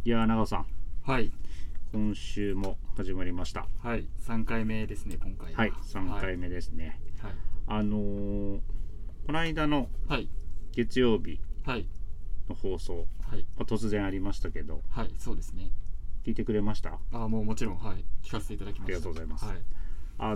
いやー長尾さん、 はい、 今週も始まりました。 はい、3回目ですね今回は。 はい、3回目ですね。 はい、 この間の月曜日の放送、 はい、 突然ありましたけど、 はい、そうですね。 聞いてくれました？ もちろん、はい、聞かせていただきました。 ありがとうございます。 はい、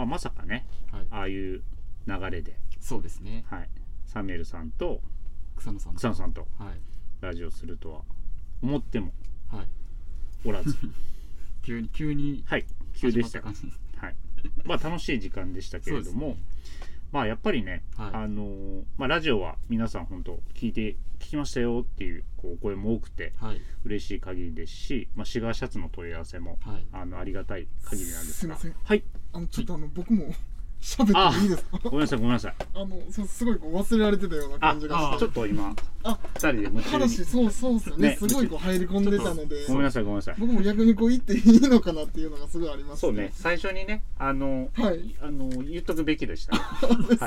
まさかね、 はい、 ああいう流れで、 そうですね。 はい、サミュエルさんと草野さんとラジオするとは思ってもおらず、 急にはい、急でした。 始まった感じです。 はい、楽しい時間でしたけれども、やっぱりね、ラジオは皆さん本当聞きましたよっていうお声も多くて、嬉しい限りですし、シガーシャツの問い合わせも、ありがたい限りなんですが、 すいません、 はい、 ちょっと僕も喋っていいですか？ ごめんなさいすごい忘れられてたような感じがして、 ちょっと今2人で夢中に話そうですよね、すごい入り込んでたので、 ごめんなさい僕も逆に言っていいのかなっていうのがすごいありますね。 そうね、最初にね言っとくべきでしたね。はい、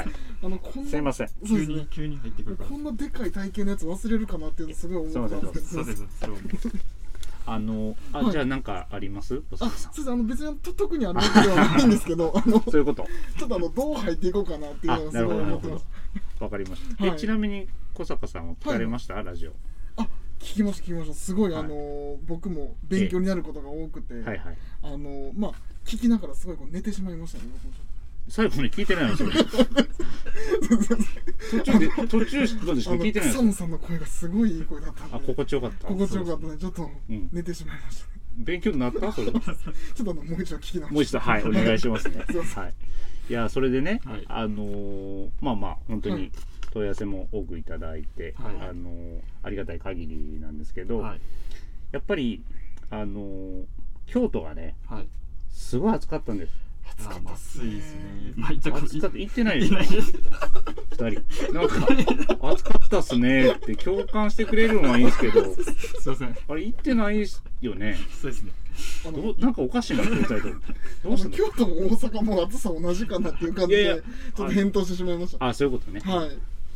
すいません、 急に入ってくるから、 こんなでかい体型のやつ忘れるかなっていうのすごい思ったんですけど、 じゃあ何かあります？ そうです、別に特にあるわけではないんですけど、 そういうこと。 ちょっとどう入っていこうかなっていうのをすごい思ってます。 わかりました。ちなみに小坂さんは聞かれました？ラジオ。 聞きました。すごい僕も勉強になることが多くて、聞きながらすごい寝てしまいましたね。 最後に聞いてないのそれ。途中までしか聞いてないの。 草野さんの声がすごいいい声だったんで。 心地よかった。 心地よかったね。ちょっと寝てしまいました。 勉強になったそれ。ちょっともう一度聞き直して。 もう一度はいお願いしますね。はい。いやそれでね、本当に問い合わせも多くいただいて、ありがたい限りなんですけど、やっぱり京都がね、すごい暑かったんです。 暑かったっすね。 暑かった、行ってないです。2人なんか暑かったっすねって共感してくれるのはいいんですけど、 すいません、 あれ行ってないよね。 そうですね。 なんかおかしいなって言ったけど、どうしたの？ 京都も大阪も暑さ同じかなっていう感じでちょっと返答してしまいました。 そういうことね。 はい。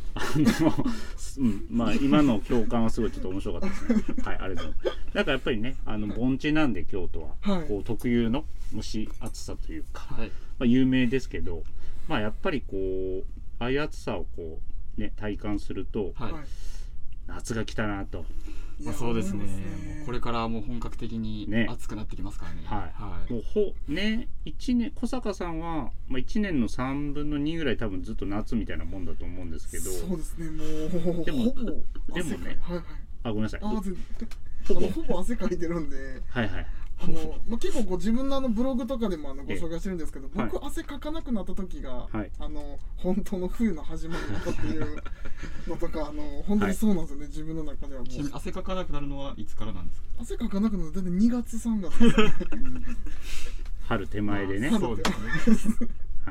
今の共感はすごいちょっと面白かったですね。はい、ありがとうございます。なんかやっぱりね、盆地なんで京都は、こう特有の蒸し暑さというか、有名ですけど、やっぱりこうああいう暑さをこうね体感すると、夏が来たなと。 そうですね。もうこれからもう本格的に暑くなってきますからね。 もう1年、小坂さんは1年の3分の2ぐらい多分ずっと夏みたいなもんだと思うんですけど。 そうですね。もうでもね、ごめんなさい。 ほぼ汗かいてるんで。結構自分のブログとかでもご紹介してるんですけど、僕汗かかなくなった時が本当の冬の始まりだっていうのとか本当にそうなんですよね。自分の中ではもう汗かかなくなるのはいつからなんですか？ 汗かかなくなるのだって2月3月ですね。 春手前でね。 そうですね。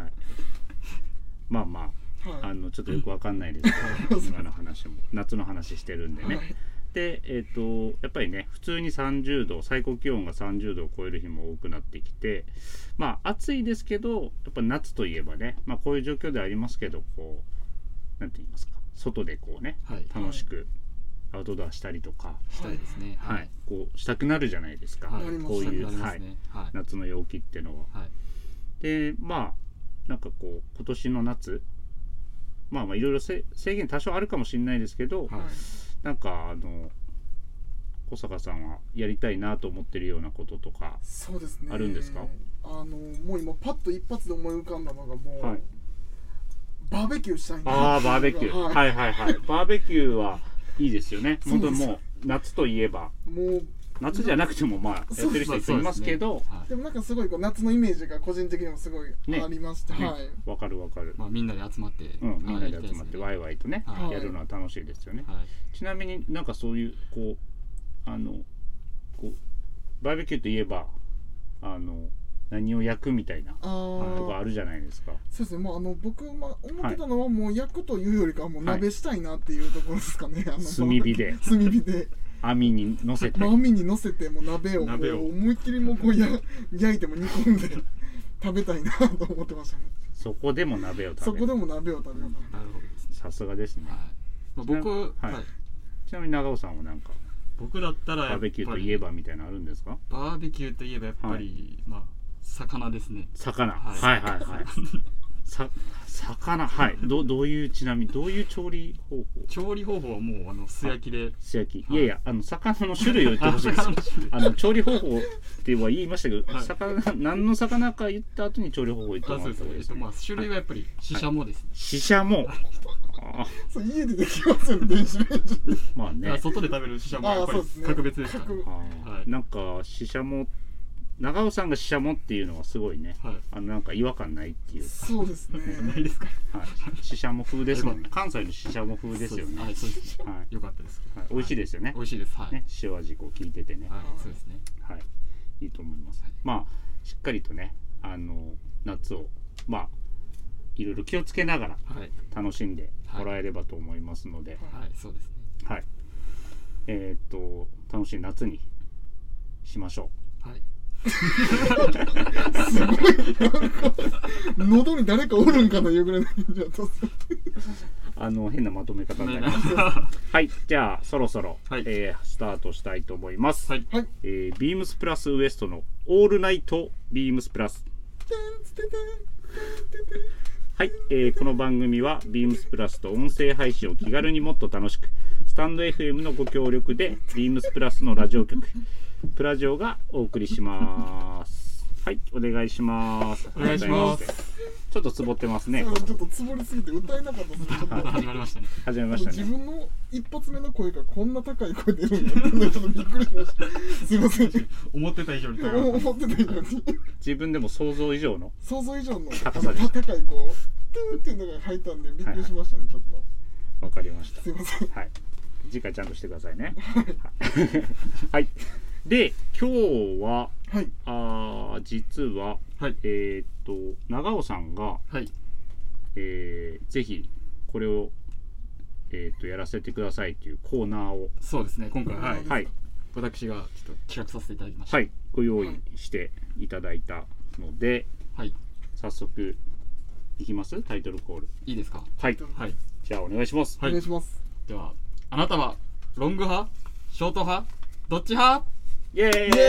ちょっとよくわかんないですけど、今の話も夏の話してるんでね。でやっぱりね普通に30度最高気温が30度を超える日も多くなってきて、暑いですけどやっぱ夏といえばね、こういう状況でありますけど、こうなんて言いますか、外でこうね、楽しくアウトドアしたりとかしたいですね。 こうしたくなるじゃないですか、こういう夏の陽気っていうのは。でなんかこう今年の夏いろいろ制限多少あるかもしれないですけど、なんか小坂さんはやりたいなと思ってるようなこととかあるんですか？ もう今パッと一発で思い浮かんだのがもう、バーベキューしたいな。バーベキュー、バーベキューはいいですよね。本当にもう夏といえば、もう夏じゃなくてもやってる人いますけど、 でもなんかすごい夏のイメージが個人的にもすごいありまして、 わかる。 みんなで集まってワイワイとねやるのは楽しいですよね。ちなみになんかそういうこうバーベキューといえば何を焼くみたいなとかあるじゃないですか。 そうですね。もう僕思ってたのはもう焼くというよりかはもう鍋したいなっていうところですかね。 炭火で網に乗せてもう鍋を思いっきりもう焼いても煮込んで食べたいなと思ってましたね。 そこでも鍋を食べよう。 なるほど。 さすがですね。 僕ちなみに長尾さんはなんか僕だったらバーベキューといえばみたいなのあるんですか？ バーベキューといえばやっぱり、まあ魚ですね。 魚、はいはいはい魚、はい。どういうちなみにどういう調理方法？ 調理方法はもう素焼きで。 素焼き。いやいや魚の種類を言ってほしいです。調理方法っては言いましたけど、魚何の魚か言った後に調理方法言ってもらったんです。 まあ種類はやっぱりシシャモです。 シシャモ。 そう家でできますよね、電子レンジ。 まあね。外で食べるシシャモはやっぱり格別ですから。 なんかシシャモ。長尾さんがシシャモっていうのはすごいね、なんか違和感ないっていう。 そうですね。 ないですか。 シシャモ風ですもんね。関西のシシャモ風ですよね。 はい、そうです。はい、よかったです。 美味しいですよね。 美味しいです。はい。 ね、塩味こう効いててね。 はい、そうですね。 はい、いいと思います。まあしっかりとね、夏をまあいろいろ気をつけながら楽しんでもらえればと思いますので。 はい、そうですね。 はい。楽しい夏にしましょう。はい。 すごい喉に誰かおるんかないうぐらいの感じだと変なまとめ方になりますはい、じゃあそろそろ、スタートしたいと思います。ビームスプラスウエストのオールナイトビームスプラス。はい、この番組はビームスプラスと音声配信を気軽にもっと楽しくスタンド FM のご協力でビームスプラスのラジオ局プラジオがお送りします。はい、お願いします。 お願いします。 ちょっとつぼってますね。 ちょっとつぼりすぎて歌えなかったですね。 始まりましたね。 始めましたね。 自分の一発目の声がこんな高い声出るんだってちょっとびっくりしました。すいません。 思ってた以上に思ってた以上に。 自分でも想像以上の高さで高いこうトゥーっていうのが入ったんでびっくりしましたね、ちょっと。 わかりました。 すいません。 はい。次回ちゃんとしてくださいね。はい。で今日は、実は、長尾さんが、ぜひこれを、やらせてくださいというコーナーをそうですね今回私がちょっと企画させていただきました。 はい、ご用意していただいたので、早速いきます。タイトルコールいいですか？ はい、じゃあお願いします。 お願いします。 ではあなたはロング派ショート派どっち派？ イエーイ。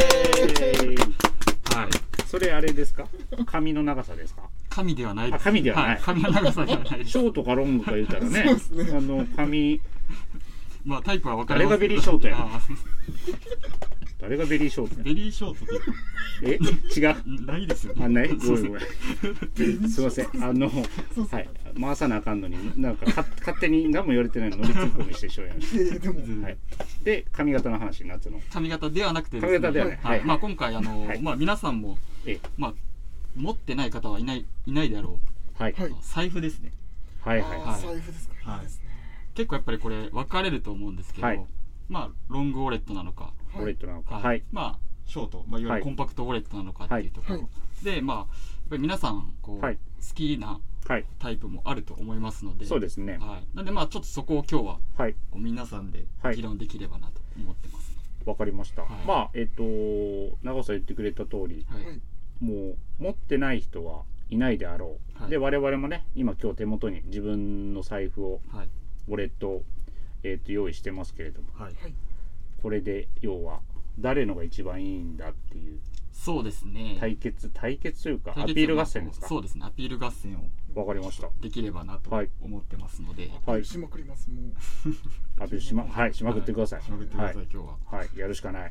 はい。それあれですか？髪の長さですか？ 髪ではないです。 髪ではない。 髪の長さではない。 ショートかロングか言ったらね。髪。 まあタイプは分かります。 誰がベリーショートや。誰がベリーショートや。 ベリーショートっていうか。違う。ないですよね。 ない。ごめん。すいません。はい。回さなあかんのになんか勝手に何も言われてないの乗りツッコミしてしまいました。はい。で髪型の話、夏の髪型ではなくてですね。髪型ではない。 まあ今回まあ皆さんもまあ持ってない方はいないであろう。 はい。 財布ですね。 財布ですか。 結構やっぱりこれ分かれると思うんですけど、まあロングウォレットなのか、まあショート、いわゆるコンパクトウォレットなのかっていうところで、まあやっぱり皆さんこう好きなタイプもあると思いますので、 そうですね。 なんでまあちょっとそこを今日は皆さんで議論できればなと思ってます。 わかりました。まあ長尾さん言ってくれた通り、もう持ってない人はいないであろう。で我々もね今日手元に自分の財布をウォレットを用意してますけれども、これで要は誰のが一番いいんだっていうそうですね対決というかアピール合戦ですか？ そうですね、アピール合戦をわかりましたできればなと思ってますので、 アピールしまくりますもうアピールしまくってください。 しまくってください今日は。 やるしかない。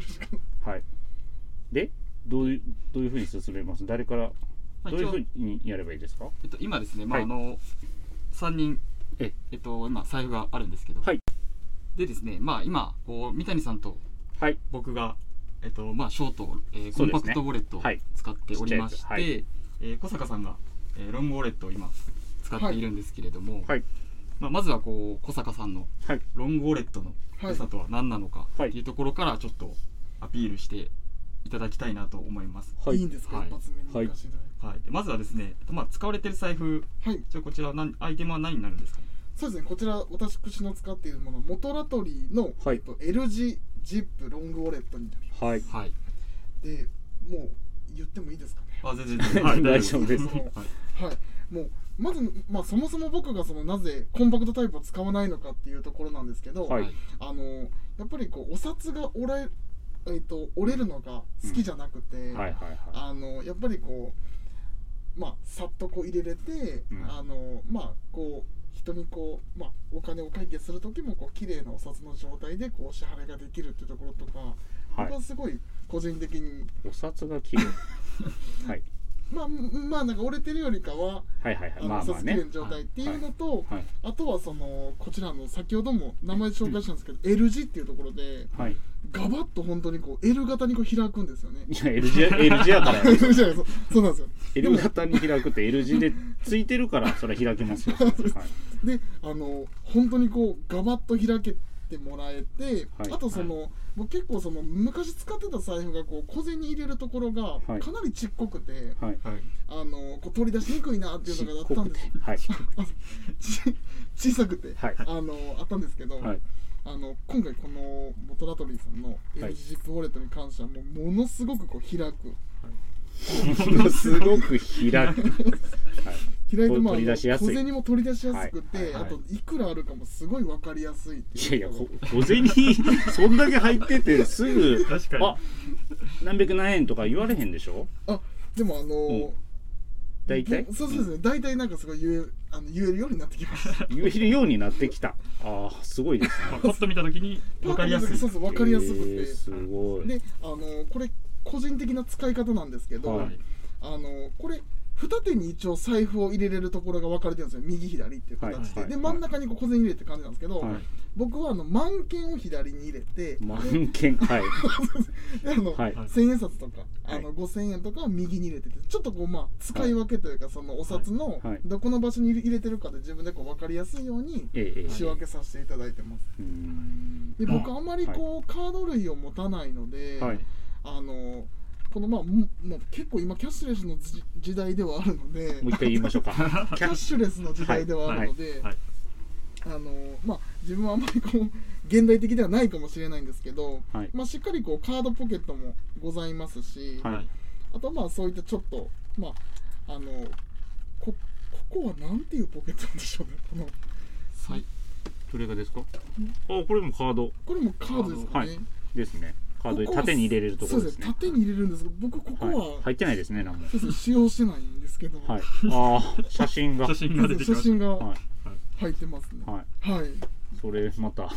でどういうふうに進めます？誰からどういうふうにやればいいですか？ 今ですね、まあ3人今財布があるんですけど、でですね、まあ今こう三谷さんと僕がまあショートコンパクトウォレットを使っておりまして、小坂さんがロングウォレットを今使っているんですけれども、まずはこう小坂さんのロングウォレットの良さとは何なのかっていうところからちょっとアピールしていただきたいなと思います。 いいんですか？一発目にまずはですね、まあ使われている財布、じゃあこちらアイテムは何になるんですか？ そうですね、こちら私の使っているものモトラトリーの L 字ジップロングウォレットになります。でもう言ってもいいですかね？ 全然大丈夫です。 もうまず、そもそも僕がなぜコンパクトタイプを使わないのかっていうところなんですけど、 やっぱりこうお札が折れるのが好きじゃなくて、やっぱりこうさっとこう入れれて、こう人にこう、お金を会計する時もこう綺麗なお札の状態でこう支払いができるっていうところとか、僕はすごい個人的にお札が綺麗はいなんか折れてるよりかはお札綺麗な状態っていうのと、あとはそのこちらの先ほども名前紹介したんですけど、L 字っていうところで、ガバッと本当にこう L 型にこう開くんですよね。 いや L 字やから L 字やそうなんですよ。 L 型に開くって L 字でついてるからそれは開きますよ。 で本当にこうガバッと開けてもらえて、あとその僕結構その昔使ってた財布がこう小銭入れるところがかなりちっこくて、こう取り出しにくいなっていうのがあったんです。小さくてあったんですけど、今回このモトラトリーさんの L 字ジップウォレットに関してはものすごくこう開く。 ものすごく開く。 開いて小銭も取り出しやすくて、あといくらあるかもすごい分かりやすいっていう。 いや小銭そんだけ入っててすぐ何百何円とか言われへんでしょ。 でも大体そうですね、大体なんかすごい言えるようになってきました。 言えるようになってきた。すごいですね。 パッと見た時に分かりやすい。 そう分かりやすくて、 すごい。 でこれ個人的な使い方なんですけど、これ二手に一応財布を入れれるところが分かれてるんですよ、右左っていう形で。で真ん中にこう小銭入れって感じなんですけど、僕は万券を左に入れて、 万券で 1000円札とか5000円とかを右に入れてて、ちょっとこう使い分けというか、そのお札のどこの場所に入れてるかで自分でこう分かりやすいように仕分けさせていただいてます。で僕あんまりこうカード類を持たないので、この結構今キャッシュレスの時代ではあるので、 もう一回言いましょうか。 キャッシュレスの時代ではあるので、自分はあんまりこう現代的ではないかもしれないんですけど、しっかりこうカードポケットもございますし、あとそういったちょっとここはなんていうポケットなんでしょうね。 どれがですか？これもカード。 これもカードですかね。 ですね。カードで縦に入れれるところですね。 縦に入れるんですけど、僕ここは入ってないですね。何も使用してないんですけど、 写真が出てきました。写真が入ってますね。 それまた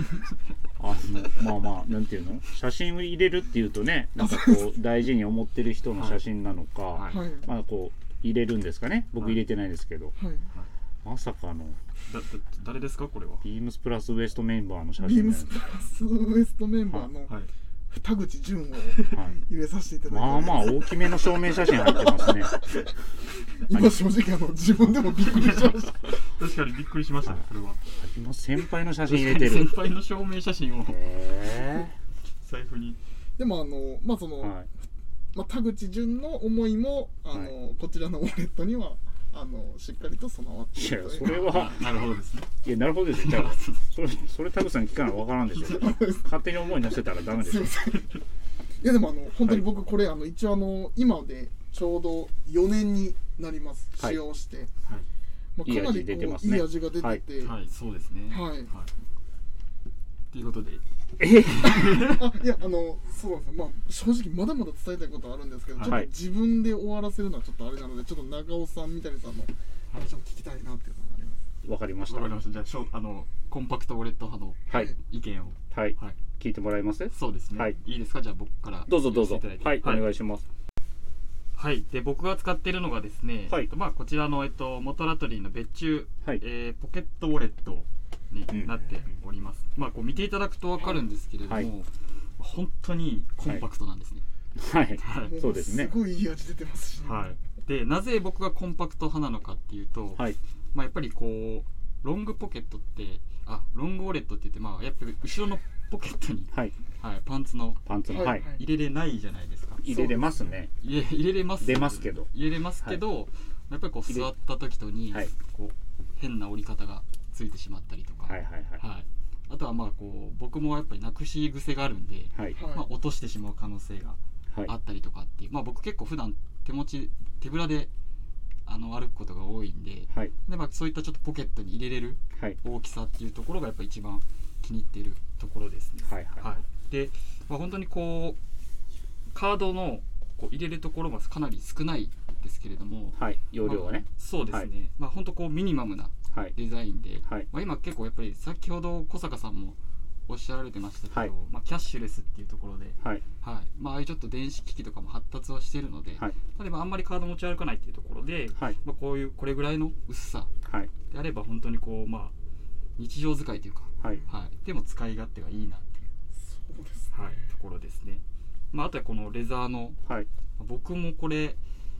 なんていうの、写真を入れるっていうとね、なんかこう大事に思ってる人の写真なのか、こう入れるんですかね。僕入れてないですけど、まさかの誰ですかこれは？ ビームスプラスウエストメンバーの写真。 ビームスプラスウエストメンバーの田口淳を入れさせていただいて、 大きめの証明写真入ってますね。 今正直自分でもびっくりしました。 確かにびっくりしましたね。これは今先輩の写真入れてる。 先輩の証明写真を財布に。 でもその田口淳の思いもこちらのウォレットにはしっかりと備わっている。 いやそれはなるほどですね。 いやなるほどですよ。それ田口さん聞かないとわからんでしょ。勝手に思い乗せたらダメですよ。いやでも本当に僕これ一応今でちょうど4年になります、使用して、かなりこういい味が出てて、 そうですね。ということで、 いやそうなんですよ。正直まだまだ伝えたいことはあるんですけど、ちょっと自分で終わらせるのはちょっとあれなので、ちょっと長尾さん三谷さんの話を聞きたいなっていうのがあります。 わかりました。 じゃあコンパクトウォレット派の意見を聞いてもらえます？ そうですね。いいですか？じゃあ僕からどうぞ。はい、お願いします。 で僕が使っているのがですね、こちらのモトラトリーの別注ポケットウォレットになっております。こう見ていただくと分かるんですけれども、本当にコンパクトなんですね。 そうですね。すごいいい味出てますし。 でなぜ僕がコンパクト派なのかっていうと、やっぱりこうロングポケットってロングウォレットって言ってやっぱり後ろのポケットにパンツの入れれないじゃないですか。 入れれますね。 入れれます。 出ますけど。 入れれますけど、やっぱりこう座った時にこう変な折り方がついてしまったりとか、あとはこう僕もやっぱりなくし癖があるんで、落としてしまう可能性があったりとかっていう、僕結構普段手ぶらで歩くことが多いんで、そういったちょっとポケットに入れれる大きさっていうところがやっぱ一番気に入っているところですね。 で、本当にこうカードのこう入れるところはかなり少ないですけれども、 はい、容量はね、 そうですね、本当こうミニマムなデザインで、今結構やっぱり先ほど小坂さんもおっしゃられてましたけど、キャッシュレスっていうところで、ああいうちょっと電子機器とかも発達はしているので、例えばあんまりカード持ち歩かないっていうところで、これぐらいの薄さであれば本当にこう日常使いというか、でも使い勝手がいいなっていう、そうですね、ところですね。あとはこのレザーの、僕もこれ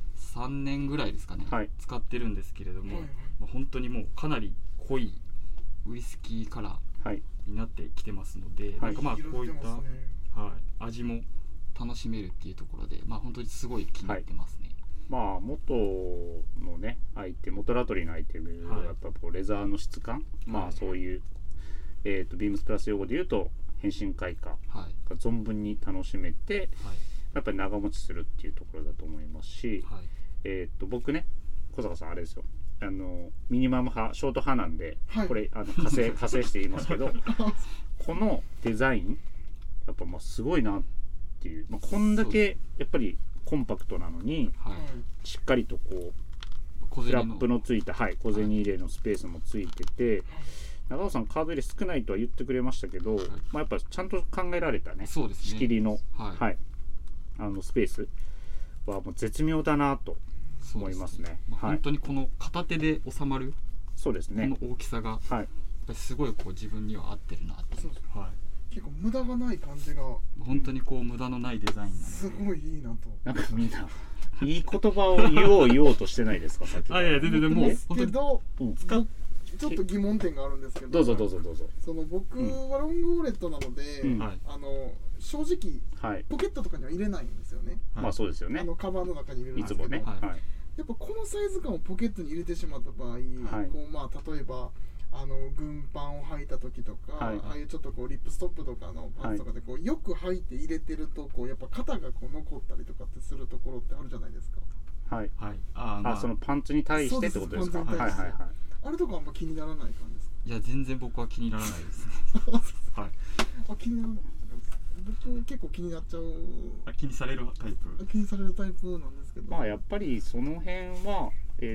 3年ぐらいですかね、使ってるんですけれども、本当にもうかなり濃いウイスキーカラーになってきてますので、こういった、味も楽しめるっていうところで、本当にすごい気に入ってますね。 元のね元ラトリーのアイテムはやっぱこうレザーの質感、そういうビームスプラス用語で言うと変身開花が存分に楽しめて、やっぱり長持ちするっていうところだと思いますし、僕ね、小坂さんあれですよ、ミニマム派ショート派なんで、これ加勢して言いますけどこのデザインやっぱすごいなっていう、こんだけやっぱりコンパクトなのに、しっかりとこうフラップのついた小銭入れのスペースもついてて、長尾さんカード入れ少ないとは言ってくれましたけど、やっぱちゃんと考えられたね、仕切りの、スペースはもう絶妙だなと思いますね。 本当にこの片手で収まる、 そうですね、 この大きさが、やっぱりすごいこう自分には合ってるなって。 結構無駄がない感じが、 本当にこう無駄のないデザインなので、 すごいいいなと。 なんかみんないい言葉を言おうとしてないですか、さっきから。 いや全然もうけど、ちょっと疑問点があるんですけど、 どうぞ。 その僕はロングウォレットなので、正直、ポケットとかには入れないんですよね。 そうですよね。 カバンの中に入れるんですけど、 いつもね。 やっぱこのサイズ感をポケットに入れてしまった場合、こう例えば軍パンを履いた時とか、ああいうちょっとこうリップストップとかのパンツとかでこうよく履いて入れてると、こうやっぱ肩がこう残ったりとかってするところってあるじゃないですか。 そのパンツに対してってことですか。 あれとかあんま気にならない感じですか。 いや全然僕は気にならないですね。 気にならない。僕結構気になっちゃう。 気にされるタイプ。 気にされるタイプなんですけど。 やっぱりその辺は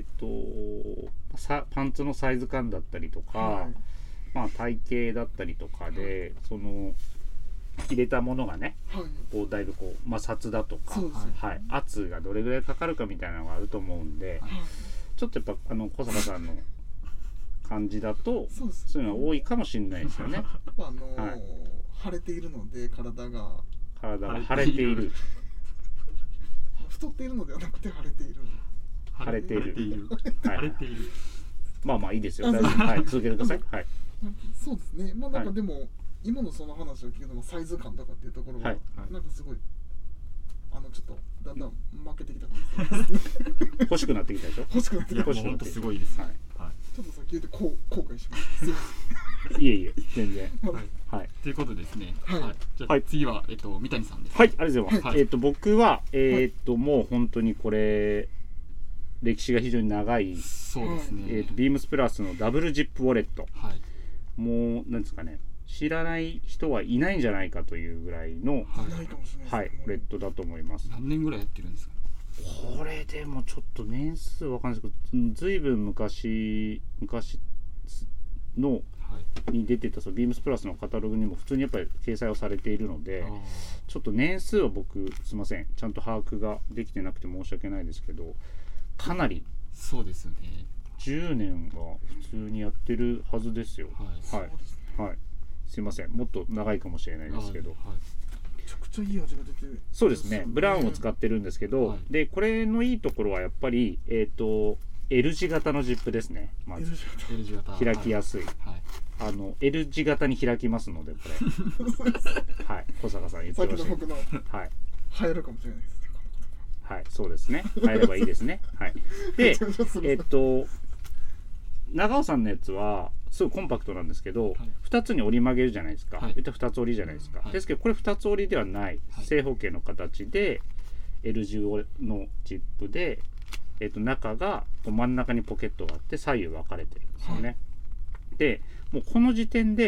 パンツのサイズ感だったりとか、体型だったりとかで、その入れたものがね、こうだいぶこう摩擦だとか、圧がどれぐらいかかるかみたいなのがあると思うんで、ちょっとやっぱ小坂さんの感じだとそういうのは多いかもしれないですよね。 腫れているので体が腫れている太っているのではなくて腫れている腫れているいいですよ、大丈夫、続けてください。 そうですね。なんかでも今のその話を聞くのもサイズ感とかっていうところがなんかすごいちょっとだんだん負けてきた感じです。 欲しくなってきたでしょ。 欲しくなってきた。本当すごいです。 ちょっとさっき言って後悔します。 いえ全然。 ということですね。じゃあ次は三谷さんです。 ありがとうございます。僕はもう本当にこれ歴史が非常に長い。 そうですね。 ビームスプラスのダブルジップウォレット。もうなんですかね。知らない人はいないんじゃないかというぐらいの、ウォレットだと思います。 何年ぐらいやってるんですか。 これでもちょっと年数わかんないですけど、ずいぶん昔のに出てたビームスプラスのカタログにも普通にやっぱり掲載をされているので、ちょっと年数は僕すいません、ちゃんと把握ができてなくて申し訳ないですけど、かなりそうですよね。 10年は普通にやってるはずですよ。すいません、もっと長いかもしれないですけど、 めちゃくちゃいい味が出てる。 そうですね、ブラウンを使ってるんですけど、でこれのいいところはやっぱりL 字型のジップですね。まず L 字型開きやすい、L 字型に開きますので、これ小坂さん言ってました。 さっきの僕の流行るかもしれないですね。 そうですね、入ればいいですね。で長尾さんのやつはすごいコンパクトなんですけど、2つに折り曲げるじゃないですか。2つ折りじゃないですか。ですけどこれ2つ折りではない、正方形の形で L 字のジップで、中が真ん中にポケットがあって左右分かれてるんですよね。でもうこの時点で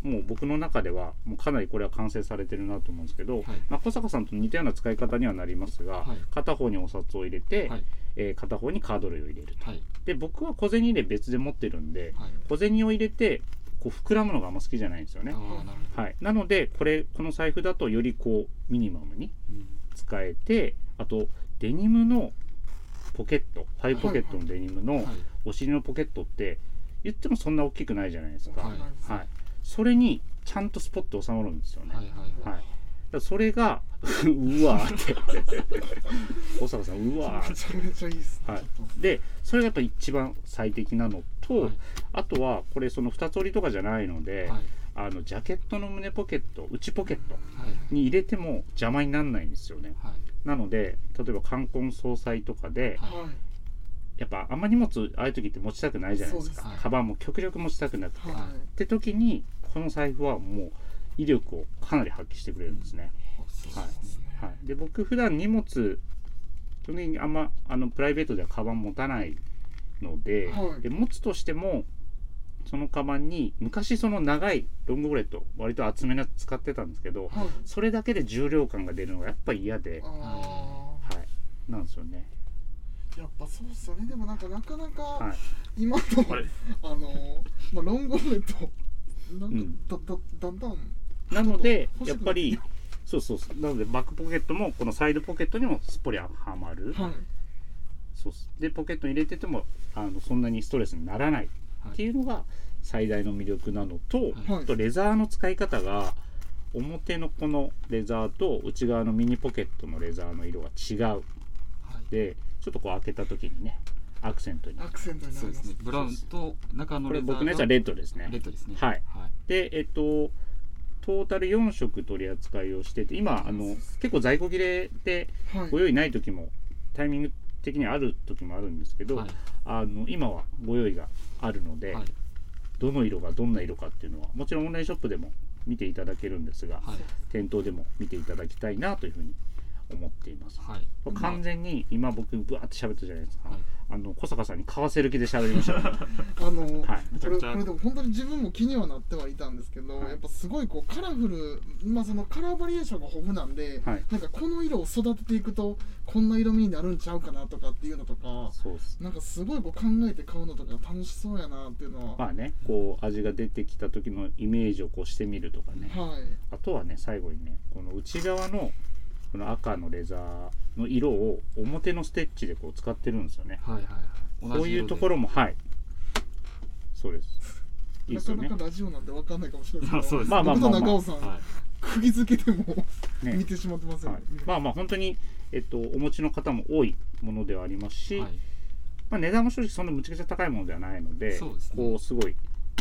もう僕の中ではもうかなりこれは完成されてるなと思うんですけど、小坂さんと似たような使い方にはなりますが、片方にお札を入れて、片方にカード類を入れると、で僕は小銭入れ別で持ってるんで、小銭を入れてこう膨らむのがあんま好きじゃないんですよね。なのでこの財布だとよりこうミニマムに使えて、あとデニムのポケット、ハイポケットのデニムのお尻のポケットって言ってもそんな大きくないじゃないですか。それにちゃんとスポッと収まるんですよね。だそれがうわーって大阪さんうわーってめちゃめちゃいいですね。 でそれがやっぱ一番最適なのと、あとはこれその2つ折りとかじゃないので、ジャケットの胸ポケット、内ポケットに入れても邪魔にならないんですよね。なので例えば冠婚葬祭とかで、やっぱあんま荷物ああいう時って持ちたくないじゃないですか。カバンも極力持ちたくなくて、って時にこの財布はもう威力をかなり発揮してくれるんですね。で僕普段荷物基本的にあんまプライベートではカバン持たないので、で持つとしてもそのカバンに昔その長いロングウォレット割と厚めのやつ使ってたんですけど、それだけで重量感が出るのがやっぱり嫌で、なんですよね。 やっぱそうっすよね。でもなかなか今のロングウォレットだんだんなのでやっぱりなのでバックポケットもこのサイドポケットにもすっぽりはまる、でポケットに入れててもそんなにストレスにならないっていうのが最大の魅力なのと、あとレザーの使い方が表のこのレザーと内側のミニポケットのレザーの色が違う、でちょっとこう開けた時にねアクセントになりますね。 ブラウンと中のレザーがこれ僕のやつはレッドですね。でトータル4色取り扱いをしてて、今結構在庫切れでご用意ない時もタイミング的にある時もあるんですけど、今はご用意があるので、どの色がどんな色かっていうのはもちろんオンラインショップでも見ていただけるんですが、店頭でも見ていただきたいなというふうに思っています。完全に今僕ブワーって喋ったじゃないですか。小坂さんに買わせる気で喋りました、 これでも本当に自分も気にはなってはいたんですけど、やっぱすごいこうカラフル、そのカラーバリエーションが豊富なんで、なんかこの色を育てていくとこんな色味になるんちゃうかなとかっていうのとか、なんかすごいこう考えて買うのとか楽しそうやなっていうのは、 こう味が出てきた時のイメージをこうしてみるとかね、あとはね最後にねこの内側のこの赤のレザーの色を表のステッチでこう使ってるんですよね。こういうところもそうです。いいですよね。 なかなかラジオなんて分かんないかもしれないですけど、 僕と中尾さん釘付けでも見てしまってますよね。 本当にお持ちの方も多いものではありますし、値段も正直そんなむちゃくちゃ高いものではないので、こうすごい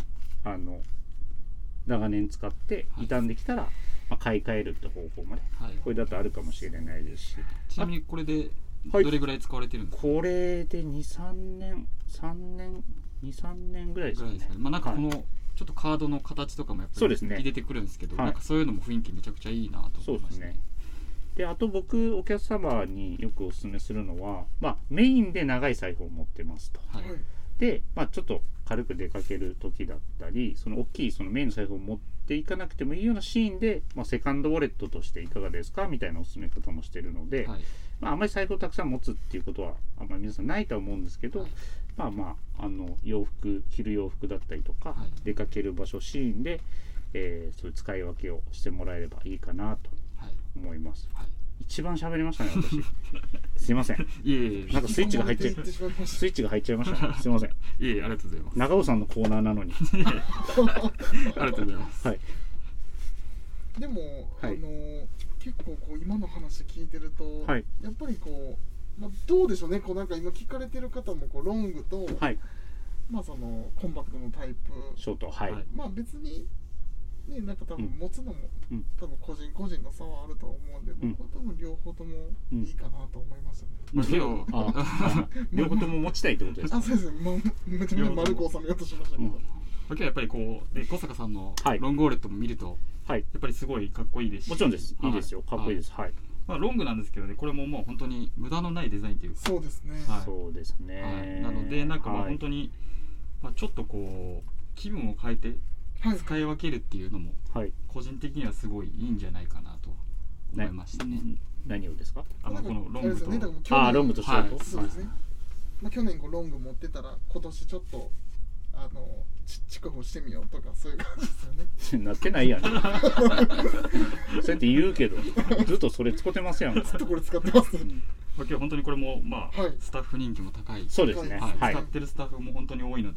長年使って傷んできたら買い替えるって方法もね、これだとあるかもしれないですし。 ちなみにこれでどれぐらい使われてるんですか？ これで2、3年ぐらいですね。 なんかこのちょっとカードの形とかもやっぱり出てくるんですけど、なんかそういうのも雰囲気めちゃくちゃいいなと思いますね。であと僕お客様によくお勧めするのは、メインで長い財布を持ってますと。で、ちょっと軽く出かける時だったり、その大きいそのメインの財布を持っていかなくてもいいようなシーンで、セカンドウォレットとしていかがですかみたいなお勧め方もしてるので、あんまり財布をたくさん持つっていうことはあんまり皆さんないとは思うんですけど、洋服着る洋服だったりとか、出かける場所シーンで、そういう使い分けをしてもらえればいいかなと思います。一番喋りましたね私。すいません。なんかスイッチが入っちゃいましたね。すいません。 ありがとうございます。 長尾さんのコーナーなのに。 ありがとうございます。 でも結構こう今の話聞いてると、やっぱりこうどうでしょうね。こうなんか今聞かれてる方もこうロングと、そのコンパクトのタイプ、 ショート、 別にね、なんか多分持つのも、多分個人個人の差はあると思うんで、僕は多分両方ともいいかなと思いますよね。両方とも持ちたいってことですか？ そうですね。めちゃめちゃ丸く収めようとしましたけど。 今日はやっぱりこう小坂さんのロングウォレットも見ると、やっぱりすごいかっこいいですし。 もちろんです。いいですよ。かっこいいです。 ロングなんですけどね、これももう本当に無駄のないデザインというか。 そうですね。 そうですね。 なのでなんか本当にちょっとこう気分を変えて使い分けるっていうのも個人的にはすごいいいんじゃないかなと思いましたね。 何をですか？ このロングとロングとショート。 そうですね。去年ロング持ってたら今年ちょっと筑保してみようとかそういう感じですよね。 なってないやん。そうやって言うけどずっとそれ使ってますやん。 ずっとこれ使ってます。 今日本当にこれもスタッフ人気も高い。 そうですね。 使ってるスタッフも本当に多いので、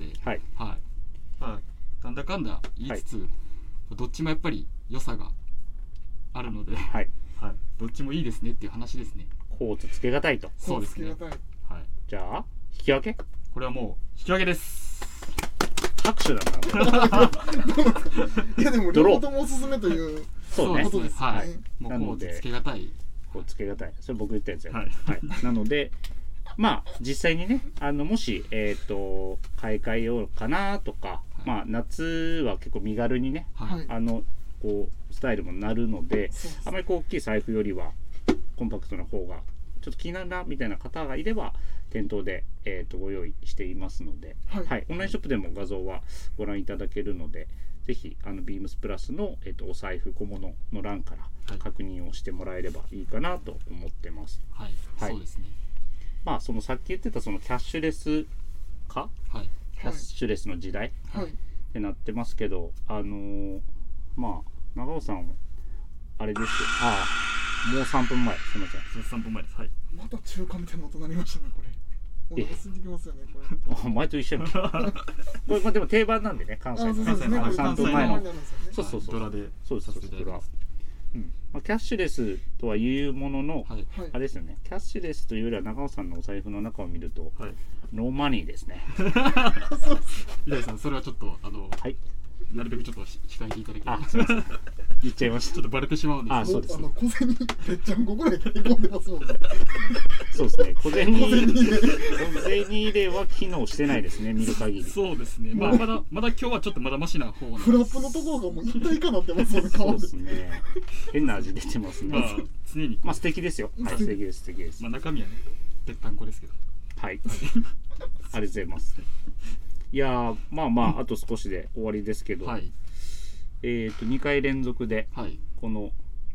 なんだかんだ言いつつ、どっちもやっぱり良さがあるので、どっちもいいですねっていう話ですね。 コーツつけがたいと。 そうですね。 じゃあ引き分け？これはもう引き分けです。 拍手だな。 いやでも両方ともおすすめということです。もうコーツつけがたい。 コーツつけがたい。それ僕言ったやつや。なので。実際にねもし買い替えようかなとか、夏は結構身軽にね、こうスタイルもなるので、あまり大きい財布よりはコンパクトな方がちょっと気になるなみたいな方がいれば店頭で、ご用意していますので、オンラインショップでも画像はご覧いただけるので、ぜひビームスプラスの、お財布小物の欄から確認をしてもらえればいいかなと思ってます。 そうですね。 そのさっき言ってたそのキャッシュレス化、キャッシュレスの時代、ってなってますけど、長尾さんあれですよ。もう3分前。すみません。 3分前です。 また中華みたいな音なりましたねこれ。お腹空いてきますよねこれ。 前と一緒やん。これでも定番なんでね、関西の3分前の。そうドラでそうドラ。キャッシュレスとは言うものの、あれですよね、キャッシュレスというよりは長尾さんのお財布の中を見ると、ノーマニーですね。 井さん、それはちょっとなるべくちょっと控えていただければ。 すみません。言っちゃいました。 ちょっとバレてしまうんです。 そうです。 小銭ぺっちゃんこぐらい切り込んでますもんね。 そうですね。小銭入れは機能してないですね。見る限り。 そうですね。まだ今日はちょっとまだマシな方なんです。 フラップのところがもう一体化なってますよね。 そうですね。変な味出てますね。 常に素敵ですよ。素敵です。 中身はね、ぺったんこですけど。 はい。ありがとうございます。いやあと少しで終わりですけど、2回連続でこの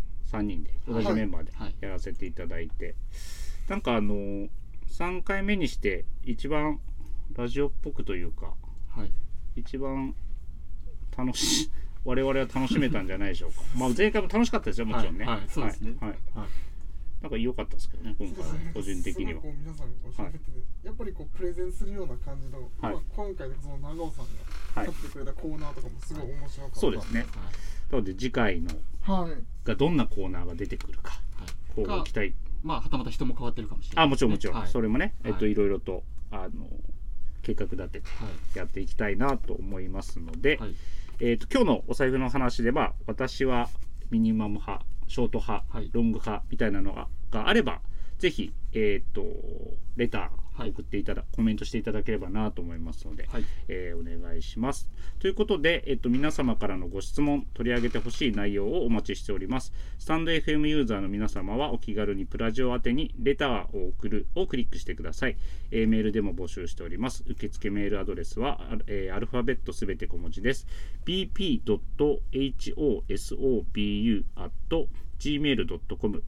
3人で同じメンバーでやらせていただいて、なんか3回目にして一番ラジオっぽくというか、一番我々は楽しめたんじゃないでしょうか。前回も楽しかったですよ、もちろんね。 そうですね。 なんか良かったですけどね、今回は個人的には。 皆さんが喋ってて、やっぱりプレゼンするような感じの、今回その長尾さんが立ってくれたコーナーとかもすごい面白かった。 そうですね。なので次回のがどんなコーナーが出てくるか、こう期待。 はたまた人も変わってるかもしれない。 もちろん。それもね、いろいろと計画立ててやっていきたいなと思いますので、今日のお財布の話では、私はミニマム派、ショート派、ロング派みたいなのがあれば、ぜひ、レター送ってコメントしていただければなと思いますので、お願いします。ということで、皆様からのご質問、取り上げてほしい内容をお待ちしております。スタンド FM ユーザーの皆様はお気軽にプラジオ宛てにレターを送るをクリックしてください。メールでも募集しております。受付メールアドレスは、アルファベットすべて小文字です。bp.hosobu@gmail.com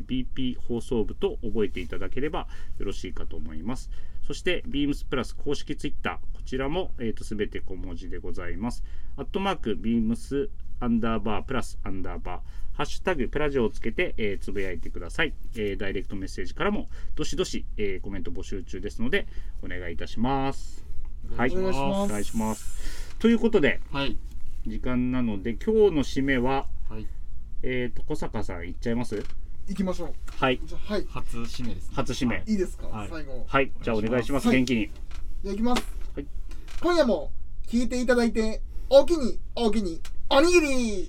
BP 放送部と覚えていただければよろしいかと思います。そして beams プラス公式ツイッター、こちらもすべて小文字でございます。@beams_プラス_ハッシュタグプラジオをつけて、つぶやいてください。ダイレクトメッセージからもどしどし、コメント募集中ですのでお願いいたします。はい、お願いします。ということで、時間なので今日の締めは、小坂さんいっちゃいます？ 行きましょう。 はい。 初締めですね。 初締め。 いいですか？最後。 はい。じゃあお願いします。元気に。 じゃあ行きます。今夜も聞いていただいておおきにおにぎり。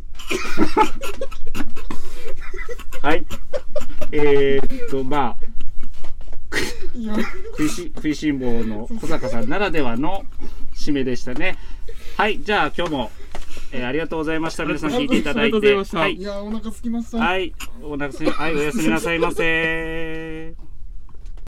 はい。食いしん坊の小坂さんならではの締めでしたね。はい。じゃあ今日もありがとうございました。皆さん聞いていただいて。 いや、お腹空きました。 はい。おやすみなさいませ。